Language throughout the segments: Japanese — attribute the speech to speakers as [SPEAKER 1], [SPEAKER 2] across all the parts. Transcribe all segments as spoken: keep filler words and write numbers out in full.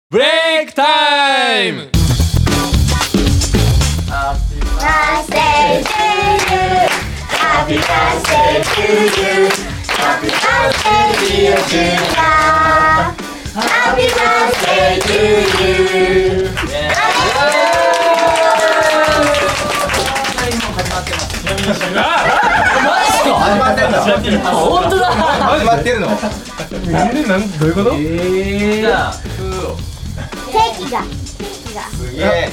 [SPEAKER 1] ブレイクタイム。
[SPEAKER 2] Happy birthday to you. Happy birthday dear Julia. Happy birthday to you.
[SPEAKER 3] 始まってんだ。
[SPEAKER 4] 本当だ。
[SPEAKER 3] 始まってるの。
[SPEAKER 1] なんでなんどういうこと？
[SPEAKER 4] えー、じゃあ
[SPEAKER 2] ケーキがケーキが
[SPEAKER 3] すげえ。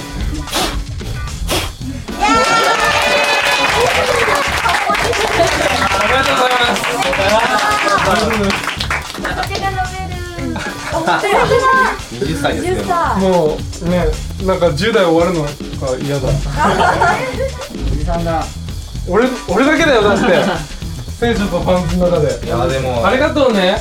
[SPEAKER 1] ありがとうございます。
[SPEAKER 2] お手が伸びる。
[SPEAKER 3] にじゅっさいですよ。
[SPEAKER 1] もうね、なんかじゅう代終わるのが嫌だ。
[SPEAKER 4] おじさんだ。
[SPEAKER 1] 俺俺だけだよだって。聖書とパンツの中で。
[SPEAKER 3] いやでも
[SPEAKER 1] ありがとうね。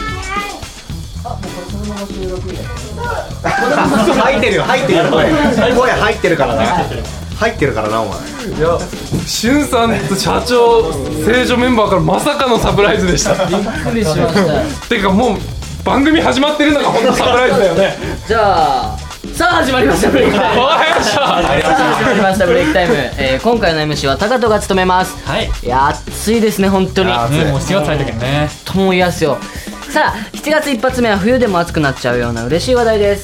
[SPEAKER 3] 入ってるよ入ってるよ声。声入ってるからな。入ってるからなお前。
[SPEAKER 1] いや、しゅんさんと社長、聖書メンバーからまさかのサプライズでした。
[SPEAKER 4] びっくりしました。
[SPEAKER 1] てかもう番組始まってるのが本当サプライズだよね。
[SPEAKER 4] じゃあさあ始まりましたブレイクタイム。
[SPEAKER 1] わかりました。
[SPEAKER 4] さあ始まりましたブレイクタイム、えー、今回の エムシー はタカトが務めます。
[SPEAKER 5] はい。
[SPEAKER 4] いや暑いですね本当に。
[SPEAKER 3] あ
[SPEAKER 5] ね、もうしちがつ入ったけどね。
[SPEAKER 4] とも嫌っすよ。さあしちがつ一発目は冬でも暑くなっちゃうような嬉しい話題です。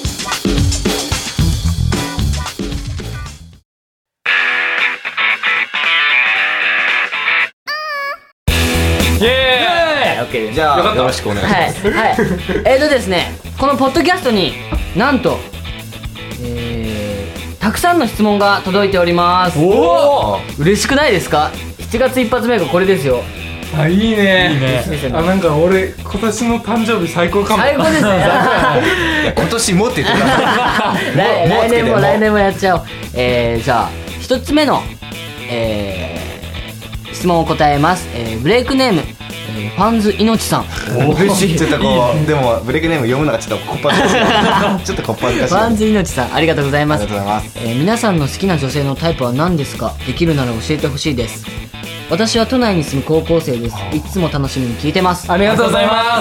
[SPEAKER 1] イエーイ。
[SPEAKER 4] はい OK です。
[SPEAKER 3] じゃ
[SPEAKER 1] よかった
[SPEAKER 3] あよろしくお願いします。
[SPEAKER 4] はいはいえーとですねこのポッドキャストになんとえー、たくさんの質問が届いております。
[SPEAKER 1] おお。
[SPEAKER 4] 嬉しくないですか。しちがつ一発目がこれですよ。
[SPEAKER 1] あ、いいね。
[SPEAKER 5] いいね。
[SPEAKER 4] ですよね
[SPEAKER 1] あ、なんか俺今年の誕生日最高かも。
[SPEAKER 4] 最高ですね
[SPEAKER 3] いや今年もって言ってください。
[SPEAKER 4] 来来年も
[SPEAKER 3] もう
[SPEAKER 4] 来年もやっちゃおう。えー、じゃあ一つ目の、えー、質問を答えます。えー、ブレイクネーム、えー、ファンズいのちさん。
[SPEAKER 3] 嬉しい。ちょっとこうでもブレイクネーム読むのがちょっとこっぱずかしい。ちょっとこっぱずかしい。
[SPEAKER 4] ファンズいのちさんありがとうございます。
[SPEAKER 3] ありがとうございます。
[SPEAKER 4] えー皆さんの好きな女性のタイプは何ですか。できるなら教えてほしいです。私は都内に住む高校生です。いつも楽しみに聞いてます。
[SPEAKER 1] ありがとうございます。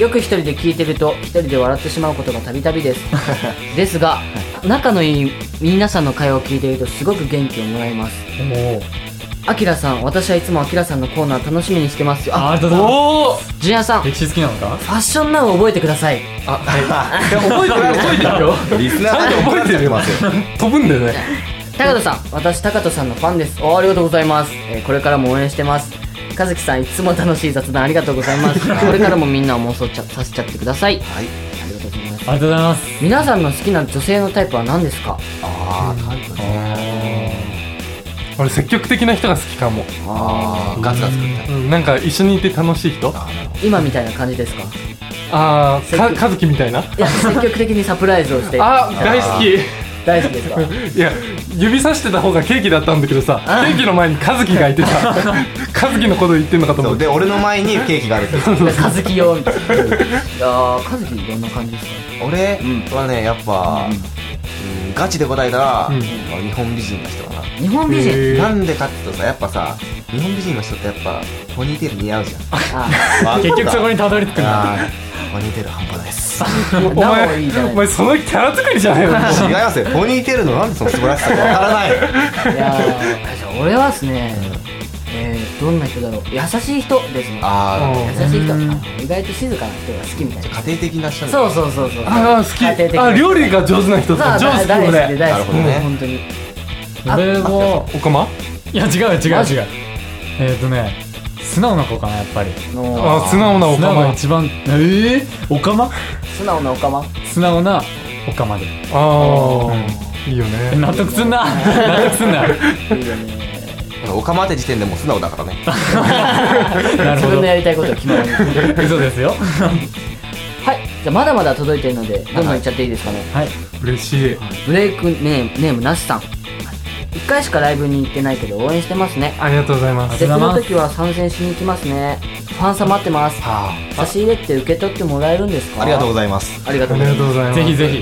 [SPEAKER 4] よく一人で聞いてると一人で笑ってしまうことがたびたびですですが仲のいい皆さんの会話を聞いているとすごく元気をもらいます。あきらさん、私はいつもあきらさんのコーナー楽しみにしてますよ。
[SPEAKER 5] あ、ありがとうございま
[SPEAKER 1] おお。
[SPEAKER 5] す。
[SPEAKER 4] ジュニアさん、フ
[SPEAKER 5] 歴史好きなのか。
[SPEAKER 4] ァッションナウ覚えてください。
[SPEAKER 1] あ、はい。いや覚えてる覚えてるよ。
[SPEAKER 3] リスナーさんに
[SPEAKER 1] 覚えてるよ。
[SPEAKER 3] ますよ。
[SPEAKER 1] 飛ぶんだよね。
[SPEAKER 4] 高人さん、私高人さんのファンです。おありがとうございます、えーこれからも応援してます。和樹さん、いつも楽しい雑談ありがとうございますこれからもみんなを妄想ちゃさせちゃってください。
[SPEAKER 3] はい。
[SPEAKER 4] ありがとうございます。
[SPEAKER 5] ありがとうございます。
[SPEAKER 4] 皆さんの好きな女性のタイプは何ですか。
[SPEAKER 3] ああタイプね。
[SPEAKER 1] 俺積極的な人が好きかも。
[SPEAKER 3] ああガツガツくった。
[SPEAKER 1] うん、なんか一緒にいて楽しい人。
[SPEAKER 3] あーなるほ
[SPEAKER 4] 今みたいな感じですか。
[SPEAKER 1] ああ、か和樹みたいな。
[SPEAKER 4] いや積極的にサプライズをして
[SPEAKER 1] あ、大好き。
[SPEAKER 4] 大好きですか。
[SPEAKER 1] いや、指さしてた方がケーキだったんだけどさ、ケーキの前に和樹がいてさ、和樹のこと言ってんのかと
[SPEAKER 3] ど。
[SPEAKER 1] 思って。
[SPEAKER 3] そうで俺の前にケーキがあるっていう。
[SPEAKER 4] 和樹用みたいないやー和樹どんな感じですか。
[SPEAKER 3] 俺
[SPEAKER 4] うん
[SPEAKER 3] はねやっぱ、うんガチで答えたら、
[SPEAKER 1] うん
[SPEAKER 3] 日本美人の人かな。
[SPEAKER 4] 日本美人。
[SPEAKER 1] へー
[SPEAKER 3] なんでかって言うとさやっぱさ日本美人の人ってやっぱポニーテール似合うじゃん。
[SPEAKER 4] あ
[SPEAKER 5] 結局そこにたどり着くんだ。
[SPEAKER 3] あーポニーテール半端ないっす。
[SPEAKER 1] お
[SPEAKER 4] なお
[SPEAKER 1] 前
[SPEAKER 4] いいじゃない
[SPEAKER 1] お前そのキャラ作りじゃないの。
[SPEAKER 3] 違いますよ。ポニーテールのなんでその素晴らしさかわからない。
[SPEAKER 4] いやーじゃあ俺はですね、えー、どんな人だろう。優しい人ですね。
[SPEAKER 3] あ
[SPEAKER 4] 優しい人。
[SPEAKER 1] うん
[SPEAKER 4] 意外と静かな人が好きみたいな。
[SPEAKER 3] あ家庭的な人ね。
[SPEAKER 4] そうそうそうそう。
[SPEAKER 1] ああ、好き。
[SPEAKER 4] 家庭的な
[SPEAKER 1] あ、料理が上手な人
[SPEAKER 4] そう
[SPEAKER 1] さ、上手
[SPEAKER 4] 大好きで
[SPEAKER 1] 俺。
[SPEAKER 4] 大好きで、
[SPEAKER 3] なるほどね
[SPEAKER 4] 本当に。
[SPEAKER 5] 俺も
[SPEAKER 1] おかま。
[SPEAKER 5] いや違う違う違う。
[SPEAKER 4] マジ
[SPEAKER 5] えっとね素直な子かなやっぱり。
[SPEAKER 4] の
[SPEAKER 1] あ、素直なお
[SPEAKER 5] 素
[SPEAKER 1] かま。
[SPEAKER 5] 直が一番。えー、おかま。
[SPEAKER 4] 素直なおかま。
[SPEAKER 5] 素直なおかまで。
[SPEAKER 1] ああ、いいよね。
[SPEAKER 5] 納得すんな。納得すんな。
[SPEAKER 4] いいよね。
[SPEAKER 3] おかまって時点でもう素直だからね。
[SPEAKER 5] なるほど
[SPEAKER 4] 自分の。やりたいことは決まらない。
[SPEAKER 5] 嘘ですよ。
[SPEAKER 4] はい。じゃあまだまだ届いてるのでどんどんいっちゃっていいですかね。
[SPEAKER 5] はい。
[SPEAKER 1] 嬉しい。
[SPEAKER 4] ブレイクネームネームなしさん。一回しかライブに行ってないけど応援してますね。
[SPEAKER 1] ありがとうございます。
[SPEAKER 4] でこの時は参戦しに行きますね。ファンサ待ってます。
[SPEAKER 3] は
[SPEAKER 4] 差し入れって受け取ってもらえるんですか。
[SPEAKER 3] あ。ありがとうございます。
[SPEAKER 4] ありがと
[SPEAKER 1] あ
[SPEAKER 4] うございます。
[SPEAKER 1] りがとうございます。
[SPEAKER 5] ぜひぜひ。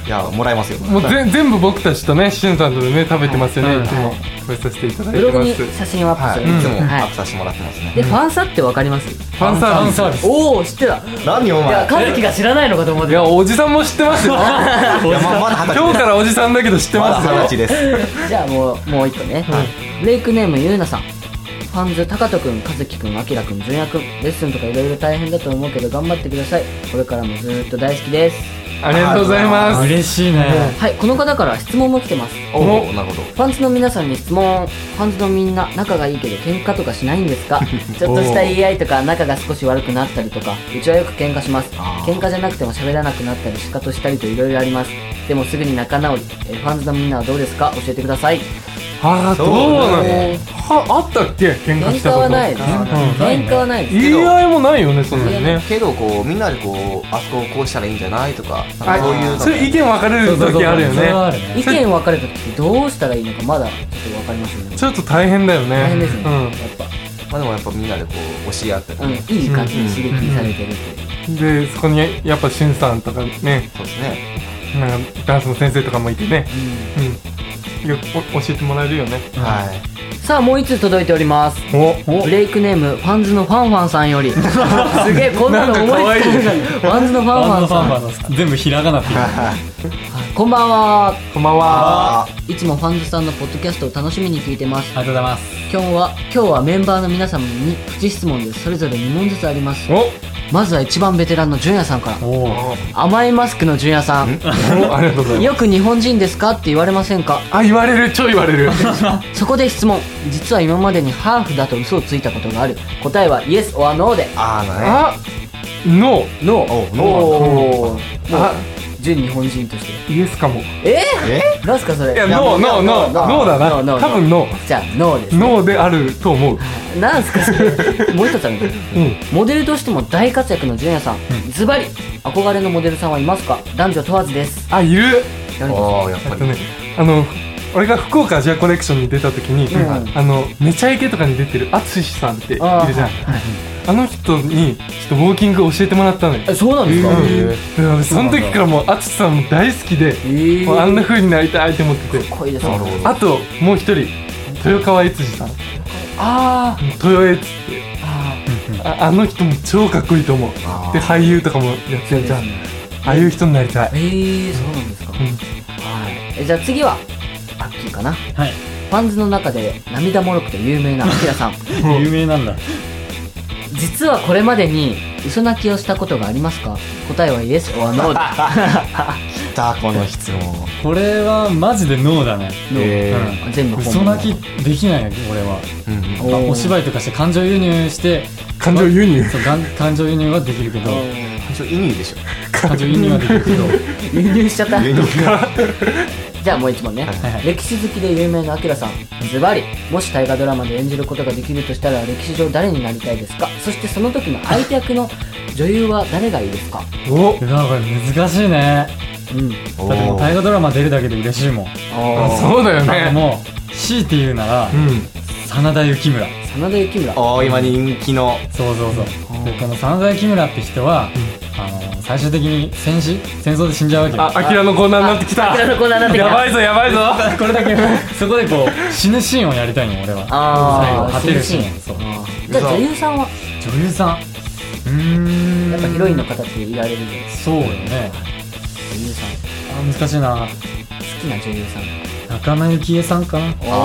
[SPEAKER 3] いやもらえますよ。
[SPEAKER 1] もうぜ全部僕たちとねしゅんさんとでね食べてますよね、
[SPEAKER 5] はい
[SPEAKER 1] いつも食べさせていただい
[SPEAKER 4] ブログに
[SPEAKER 1] てます。
[SPEAKER 4] 写真をアップ
[SPEAKER 3] はい、
[SPEAKER 4] する、
[SPEAKER 3] いつも
[SPEAKER 4] はい
[SPEAKER 3] アップさせてもらってますね。
[SPEAKER 4] でファンサってわかります？
[SPEAKER 1] ファンサービス。
[SPEAKER 5] ファンサービス。
[SPEAKER 4] おお知ってた。
[SPEAKER 3] 何お前。
[SPEAKER 4] いや和樹が知らないのかと思ってた。
[SPEAKER 1] いやおじさんも知ってますよ。
[SPEAKER 3] いやままだ二十
[SPEAKER 1] 今日からおじさんだけど知って
[SPEAKER 3] まだ
[SPEAKER 1] ますよ。
[SPEAKER 3] 二十歳です。
[SPEAKER 4] じゃあもうもう一個ね、レイクネームゆうなさん。ファンズたかとくん、かずきくん、あきらくん、じゅんやくん、レッスンとかいろいろ大変だと思うけど頑張ってください。これからもずーっと大好きです。
[SPEAKER 1] ありがとうございます。
[SPEAKER 5] 嬉しいね。
[SPEAKER 4] はい、この方から質問も来てます。
[SPEAKER 3] おおなるほど。
[SPEAKER 4] ファンズの皆さんに質問。ファンズのみんな仲がいいけど喧嘩とかしないんですか？ちょっとした言い合いとか仲が少し悪くなったりとか、うちはよく喧嘩します。喧嘩じゃなくても喋らなくなったりシカトしたりといろいろあります。でもすぐに仲直り。えーファンズのみんなはどうですか？教えてください。
[SPEAKER 1] ああどうなの？はあったっけ喧嘩
[SPEAKER 4] 喧嘩
[SPEAKER 1] したこと。
[SPEAKER 4] はないです。喧嘩はないです。
[SPEAKER 1] 言い合いもないよねそんなにね。
[SPEAKER 3] けどこうみんなでこうあそこをこうしたらいいんじゃないとか、なんかそういうの
[SPEAKER 1] それ意見分かれる時あるよ
[SPEAKER 5] それはあ
[SPEAKER 1] ね。
[SPEAKER 5] るね。
[SPEAKER 4] 意見分かれた時ってどうしたらいいのかまだちょっと分かりませんね。
[SPEAKER 1] ちょっと大変だよね。
[SPEAKER 4] 大変ですね、
[SPEAKER 1] うん
[SPEAKER 4] やっぱ、
[SPEAKER 3] まあでもやっぱみんなでこう教え合ったり
[SPEAKER 4] うん、
[SPEAKER 3] ね。
[SPEAKER 4] いい感じに刺激されてるという、
[SPEAKER 1] でそこにやっぱしゅんさんとかね
[SPEAKER 3] そうですね。
[SPEAKER 1] なんかダンスの先生とかもいてね、うん、よくお教えてもらえるよね。
[SPEAKER 3] はい。
[SPEAKER 4] さあもう一つ届いております。
[SPEAKER 1] お
[SPEAKER 4] ブレイクネームファンズのファンファンさんよりすげえこんなの思いつかない。ファンズのファンファンさん、
[SPEAKER 5] ファンファンの全部ひらがなっていう。
[SPEAKER 4] こんばんは。
[SPEAKER 1] こんばんは。
[SPEAKER 3] あ
[SPEAKER 4] いつもファンズさんのポッドキャストを楽しみに聞いてます。
[SPEAKER 5] ありがとうございます。
[SPEAKER 4] 今日は今日はメンバーの皆様にプチ質問です。それぞれに問ずつあります。
[SPEAKER 1] お
[SPEAKER 4] まずは一番ベテランの純也さんから。
[SPEAKER 5] おお。
[SPEAKER 4] 甘いマスクの純也さん、
[SPEAKER 1] おありがとうございます。
[SPEAKER 4] よく日本人ですかって言われませんか？
[SPEAKER 1] あ言われる超言われる。
[SPEAKER 4] そこで質問。実は今までにハーフだと嘘をついたことがある。答えはイエス or ノーで。
[SPEAKER 3] あーなね。
[SPEAKER 1] あノー
[SPEAKER 4] ノー。
[SPEAKER 3] おノー
[SPEAKER 4] おー
[SPEAKER 1] あ
[SPEAKER 4] 純日本人として。
[SPEAKER 1] イエスかも。
[SPEAKER 4] え
[SPEAKER 3] え？
[SPEAKER 4] ー、なんすかそれ。
[SPEAKER 1] いやノーノーノーノーだな。多分ノー
[SPEAKER 4] じゃあノーです。
[SPEAKER 1] ノーであると思う。
[SPEAKER 4] なんすかそれ。もう一つあるんです。
[SPEAKER 1] うん。
[SPEAKER 4] モデルとしても大活躍の純也さん。ズバリ憧れのモデルさんはいますか？男女問わずです。
[SPEAKER 1] あいる。
[SPEAKER 4] 誰ですか？
[SPEAKER 3] ああやっぱり。
[SPEAKER 1] えっとねあの俺が福岡アジアコレクションに出た時に、
[SPEAKER 4] うん
[SPEAKER 1] あのめちゃイケとかに出てる淳さんっているじゃん。
[SPEAKER 4] あ
[SPEAKER 1] あ,、
[SPEAKER 4] ー
[SPEAKER 1] の人にちょっとウォーキング教えてもらったのよ。
[SPEAKER 4] え、そうなんですか？
[SPEAKER 1] うん、で俺その時からもう淳さんも大好きで、
[SPEAKER 4] え
[SPEAKER 1] もうあんな風になりたいと思ってて。
[SPEAKER 4] かっこいいですね。
[SPEAKER 3] なるほど。
[SPEAKER 1] あともう一人豊川悦司さん、
[SPEAKER 4] あ
[SPEAKER 1] 豊悦って
[SPEAKER 4] あ
[SPEAKER 1] ああの人も超かっこいいと思う。
[SPEAKER 3] あー
[SPEAKER 1] で俳優とかもやってるじゃん。ああいう人になりたい。
[SPEAKER 4] えー、そうなんですか。はい。えじゃあ次はアッキーかな。
[SPEAKER 5] はい。
[SPEAKER 4] ファンズの中で涙もろくて有名なアキラさん。
[SPEAKER 5] 有名なんだ。
[SPEAKER 4] 実はこれまでに嘘泣きをしたことがありますか？答えはイエス or ノーで。
[SPEAKER 3] 来たこの質問。
[SPEAKER 5] これはマジでノーだね。
[SPEAKER 3] え
[SPEAKER 5] うん
[SPEAKER 4] 全部本
[SPEAKER 5] 嘘
[SPEAKER 4] 物
[SPEAKER 5] 泣きできないよ俺は。
[SPEAKER 3] ーうんうん。
[SPEAKER 4] おー
[SPEAKER 5] お芝居とかして感情移入して
[SPEAKER 1] 感情輸入。
[SPEAKER 5] そうがん感情移入はできるけど
[SPEAKER 3] ちょっと意味でしょ。
[SPEAKER 5] 感情移入はできるけど
[SPEAKER 4] 輸入しちゃった。
[SPEAKER 3] 上に
[SPEAKER 4] じゃあもう一問ね、
[SPEAKER 5] はいはい
[SPEAKER 4] 歴史好きで有名なアキラさん。ズバリもし大河ドラマで演じることができるとしたら歴史上誰になりたいですか？そしてその時の相手役の女優は誰がいいですか？
[SPEAKER 1] お
[SPEAKER 5] うわこれ難しいね。
[SPEAKER 4] うん。
[SPEAKER 3] お
[SPEAKER 5] だってもう大河ドラマ出るだけで嬉しいもん。
[SPEAKER 1] あそうだよ
[SPEAKER 5] なんか
[SPEAKER 1] ね。
[SPEAKER 5] もう強いて言うなら
[SPEAKER 1] うん。
[SPEAKER 5] 真田幸村。
[SPEAKER 4] 真田幸村。
[SPEAKER 3] おー今人気の。
[SPEAKER 5] そうそうそう。でこの真田幸村って人は、あの最終的に戦死戦争で死んじゃうわけよ。
[SPEAKER 1] あアキラのコーナーになってきた。
[SPEAKER 4] アキラのコーナーになってきた
[SPEAKER 1] やばいぞやばいぞ。
[SPEAKER 5] これだけそこでこう死ぬシーンをやりたいの俺は。
[SPEAKER 4] あー
[SPEAKER 5] 最後果てるシーン。
[SPEAKER 4] 死ぬシ
[SPEAKER 5] そう。
[SPEAKER 4] あーじゃあ女優さんは
[SPEAKER 5] 女優さん。うーん。
[SPEAKER 4] やっぱヒロインの方っていられるんで、
[SPEAKER 5] そうよね。
[SPEAKER 4] 女優さん
[SPEAKER 5] あ難しいな。
[SPEAKER 4] 好きな女優さん。
[SPEAKER 5] 中野幸恵さんかな。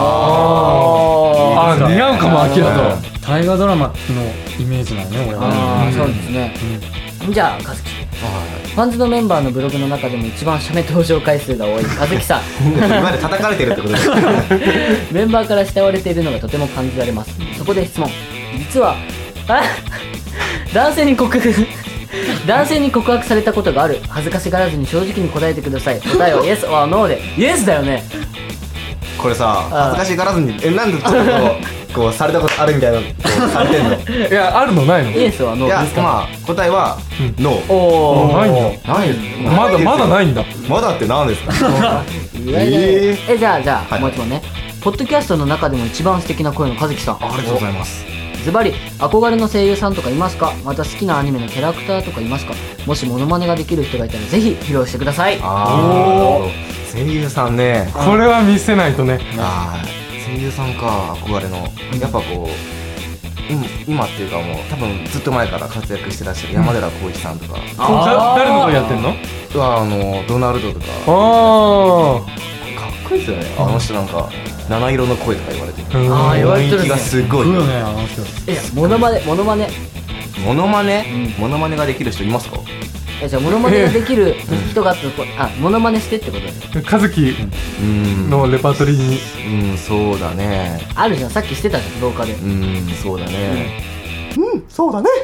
[SPEAKER 4] あ
[SPEAKER 1] あ似合うかもアキラと。
[SPEAKER 5] 大河ドラマのイメージなのね俺は。
[SPEAKER 4] あーそうですね。じゃあ和樹。ファンズのメンバーのブログの中でも一番写メ登場回数が多い和樹さん。
[SPEAKER 3] 今まで叩かれてるってことですか。
[SPEAKER 4] メンバーから慕われているのがとても感じられます。そこで質問。実はあ男性に告白男性に告白されたことがある。恥ずかしがらずに正直に答えてください。答えはイエス or ノーで。イエスだよね。
[SPEAKER 3] これさ恥ずかしがらずにえなんでちょっとこうこうされたことあるみたいなこうされてんの。
[SPEAKER 1] いやあるのないの？
[SPEAKER 4] イエス or ノ
[SPEAKER 3] いや
[SPEAKER 4] ーですか？
[SPEAKER 3] まあ答えはノー。
[SPEAKER 4] おー
[SPEAKER 1] ないんだ。
[SPEAKER 3] ない
[SPEAKER 1] まだまだないんだ。
[SPEAKER 3] まだって何ですか。
[SPEAKER 4] いやいやいや
[SPEAKER 3] え
[SPEAKER 4] えじゃあじゃあ、
[SPEAKER 3] はい
[SPEAKER 4] もう一問ね。ポッドキャストの中でも一番素敵な声の和樹さん。
[SPEAKER 3] ありがとうございます。
[SPEAKER 4] ズバリ憧れの声優さんとかいますか？また好きなアニメのキャラクターとかいますか？もしモノマネができる人がいたらぜひ披露してください。
[SPEAKER 3] あー、声優さんね。
[SPEAKER 1] これは見せないとね。
[SPEAKER 3] あー、声優さんか、憧れの。やっぱこう、今今っていうかもう多分ずっと前から活躍してらっしゃる山寺宏一さんとか、
[SPEAKER 1] だ誰の声やってんの？
[SPEAKER 3] はあのドナルドとか
[SPEAKER 1] あ
[SPEAKER 3] かっこいいですよね。あの人なんか七色の声とか言われてる。
[SPEAKER 1] うん
[SPEAKER 4] あー言われてるね
[SPEAKER 3] 雰囲気がすごい。
[SPEAKER 5] そうよね、あの人。
[SPEAKER 4] えモノマネモノマネ
[SPEAKER 3] モノマネ、モノマネができる人いますか？
[SPEAKER 4] えじゃあモノマネができる人がってこあモノマネしてってことだよ。
[SPEAKER 1] あ、和樹
[SPEAKER 3] うん
[SPEAKER 1] のレパートリーに。
[SPEAKER 3] うん、そうだね。
[SPEAKER 4] あるじゃん、さっきしてたじゃん廊下で。
[SPEAKER 3] うん、そうだね。うん、そうだね。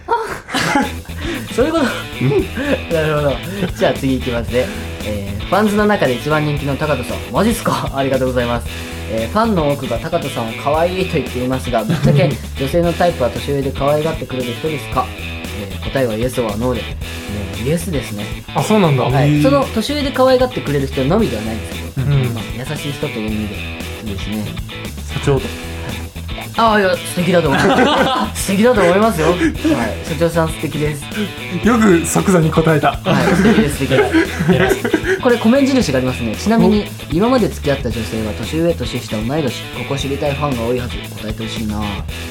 [SPEAKER 4] そういうことなるほど。じゃあ次いきますね。えー、ファンズの中で一番人気の高人さん、マジっすか？ありがとうございます。えー、ファンの多くが高人さんを可愛いと言っていますが、ぶっちゃけ女性のタイプは年上で可愛がってくれる人ですか？えー、答えはイエスはノーで、もうイエスですね。
[SPEAKER 1] あ、そうなんだ。
[SPEAKER 4] はい、その年上で可愛がってくれる人のみではないんですけど、
[SPEAKER 1] うん
[SPEAKER 4] まあ、優しい人という意味でいいですね。
[SPEAKER 1] 社長と。
[SPEAKER 4] ああ、いや素敵だと思います素敵だと思いますよ。はい、社長さん素敵です。
[SPEAKER 1] よく即座に答えた。
[SPEAKER 4] はい、素敵です素敵ですこれ米印がありますね。ちなみに今まで付き合った女性は年上年下同い年、ここ知りたいファンが多いはず。答えてほしいな。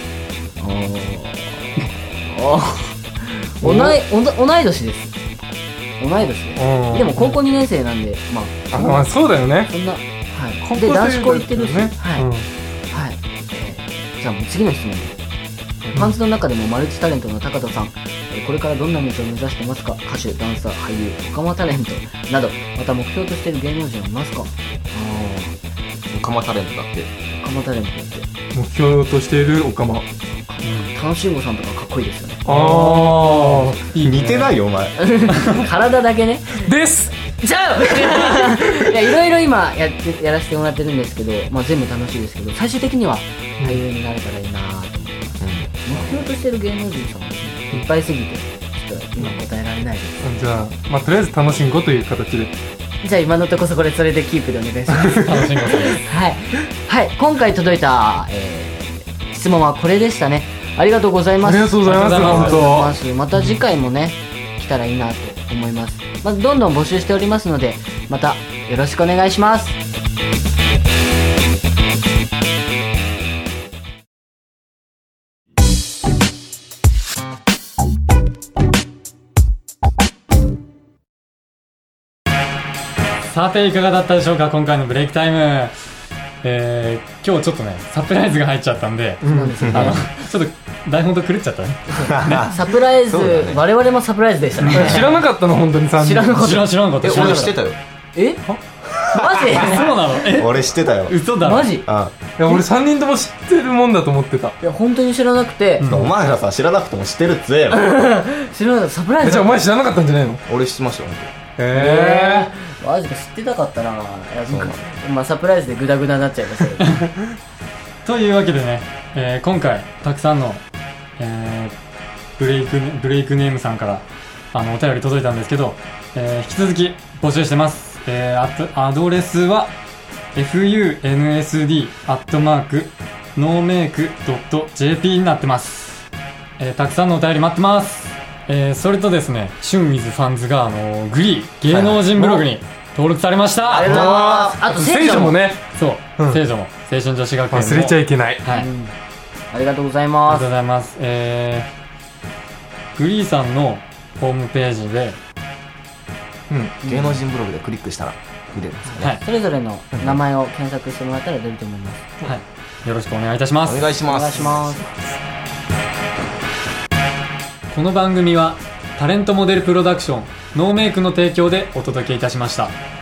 [SPEAKER 4] おお同いお同い年です。同い年です。
[SPEAKER 1] うん
[SPEAKER 4] でも高校にねん生なんで、まあ
[SPEAKER 1] あ、まあそうだよね。
[SPEAKER 4] そんな、はい、
[SPEAKER 1] 高校生
[SPEAKER 4] で男子校行ってるし、
[SPEAKER 1] だよね。
[SPEAKER 4] はい、
[SPEAKER 1] うん
[SPEAKER 4] はい、えーじゃあもう次の質問です。パンツの中でもマルチタレントの高田さん、えーこれからどんな道を目指してますか？歌手、ダンサー、俳優、オカマタレントなど、また目標としている芸能人はいますか？あ
[SPEAKER 3] オカマタレントだって。
[SPEAKER 4] ーオカマタレントって
[SPEAKER 1] 目標としているオカマ。
[SPEAKER 4] 楽しんごさんとかかっこいいですよね。
[SPEAKER 1] あ
[SPEAKER 3] 似てないよお前。
[SPEAKER 4] 体だけね。
[SPEAKER 1] あ。です。
[SPEAKER 4] じゃあいやいろいろ今やってやらせてもらってるんですけど、まあ、全部楽しいですけど、最終的には俳優になれたらいいなと思ってます、目標としてる芸能人さんはですね、いっぱいすぎてちょっと今答えられないです。
[SPEAKER 1] じゃあ、まあとりあえず楽しんごという形で。
[SPEAKER 4] じゃあ今のところこれそれでキープでお願いします
[SPEAKER 5] 楽しんごさんです。
[SPEAKER 4] はい、はい、今回届いた、えー質問はこれでしたね。ありがとうございます。
[SPEAKER 1] ありがとうございます
[SPEAKER 4] ありがとうござい
[SPEAKER 1] 本
[SPEAKER 4] ます。また次回もね来たらいいなと思います。まあ、どんどん募集しておりますので、またよろしくお願いします。
[SPEAKER 5] さていかがだったでしょうか、今回のブレイクタイム。えー、今日ちょっとねサプライズが入っちゃったんで、
[SPEAKER 4] そうなんですよ
[SPEAKER 5] あの
[SPEAKER 4] ね。
[SPEAKER 5] ちょっと台本と狂っちゃったね。
[SPEAKER 4] サプライズ、
[SPEAKER 3] そうだね
[SPEAKER 4] 我々もサプライズでしたね。
[SPEAKER 1] 知らなかったの本当にさんにん。
[SPEAKER 4] 知らなかった。
[SPEAKER 5] 知らん知らんかった
[SPEAKER 3] え、
[SPEAKER 5] 知らんかった
[SPEAKER 3] 俺知ってたよ。
[SPEAKER 4] えマジ
[SPEAKER 5] そうなの？え
[SPEAKER 3] 俺知ってたよ。
[SPEAKER 5] 嘘だろ。
[SPEAKER 4] マジい
[SPEAKER 3] あ、
[SPEAKER 1] いや俺さんにんとも知ってるもんだと思ってた。
[SPEAKER 4] や本当に知らなくて、
[SPEAKER 5] うん
[SPEAKER 3] お前らさ知らなくても知ってるっつえよ。
[SPEAKER 4] 知らなかった。サプライ
[SPEAKER 1] え
[SPEAKER 4] ズ
[SPEAKER 1] じゃあお前知らなかったんじゃないの？
[SPEAKER 3] 俺知ってましたよ
[SPEAKER 1] へ
[SPEAKER 4] えー、マジか知ってたかったな。いや
[SPEAKER 3] そうなの
[SPEAKER 4] まあサプライズでグダグダになっちゃいましたけど
[SPEAKER 5] というわけでね、えー今回たくさんの、えーブレイクブレイクネームさんからあのお便り届いたんですけど、えー引き続き募集してます。えーあとアドレスは エフユーエヌエスディー アットマークノーメイクドットジェーピー になってます。えーたくさんのお便り待ってます。えーそれとですね、シュンウィズファンズがあのーグリー芸能人ブログに登録されました。
[SPEAKER 4] ありがとうございます。あと
[SPEAKER 1] 聖女もね。
[SPEAKER 5] そう、
[SPEAKER 1] うん
[SPEAKER 5] 聖女も青春女子学園も
[SPEAKER 1] 忘れちゃいけない。
[SPEAKER 5] はい、
[SPEAKER 4] うんありがとうござい
[SPEAKER 5] あり
[SPEAKER 4] ます
[SPEAKER 5] がとうご。ざいます。えー、グリーさんのホームページで、
[SPEAKER 1] うん。
[SPEAKER 3] 芸能人ブログでクリックしたら見れるんですよね。
[SPEAKER 5] はい、
[SPEAKER 4] それぞれの名前を検索してもらったら出ると思います。
[SPEAKER 5] はい、よろしくお願いいたします。
[SPEAKER 3] お願いします。
[SPEAKER 4] お願いします。
[SPEAKER 5] この番組はタレントモデルプロダクションノーメイクの提供でお届けいたしました。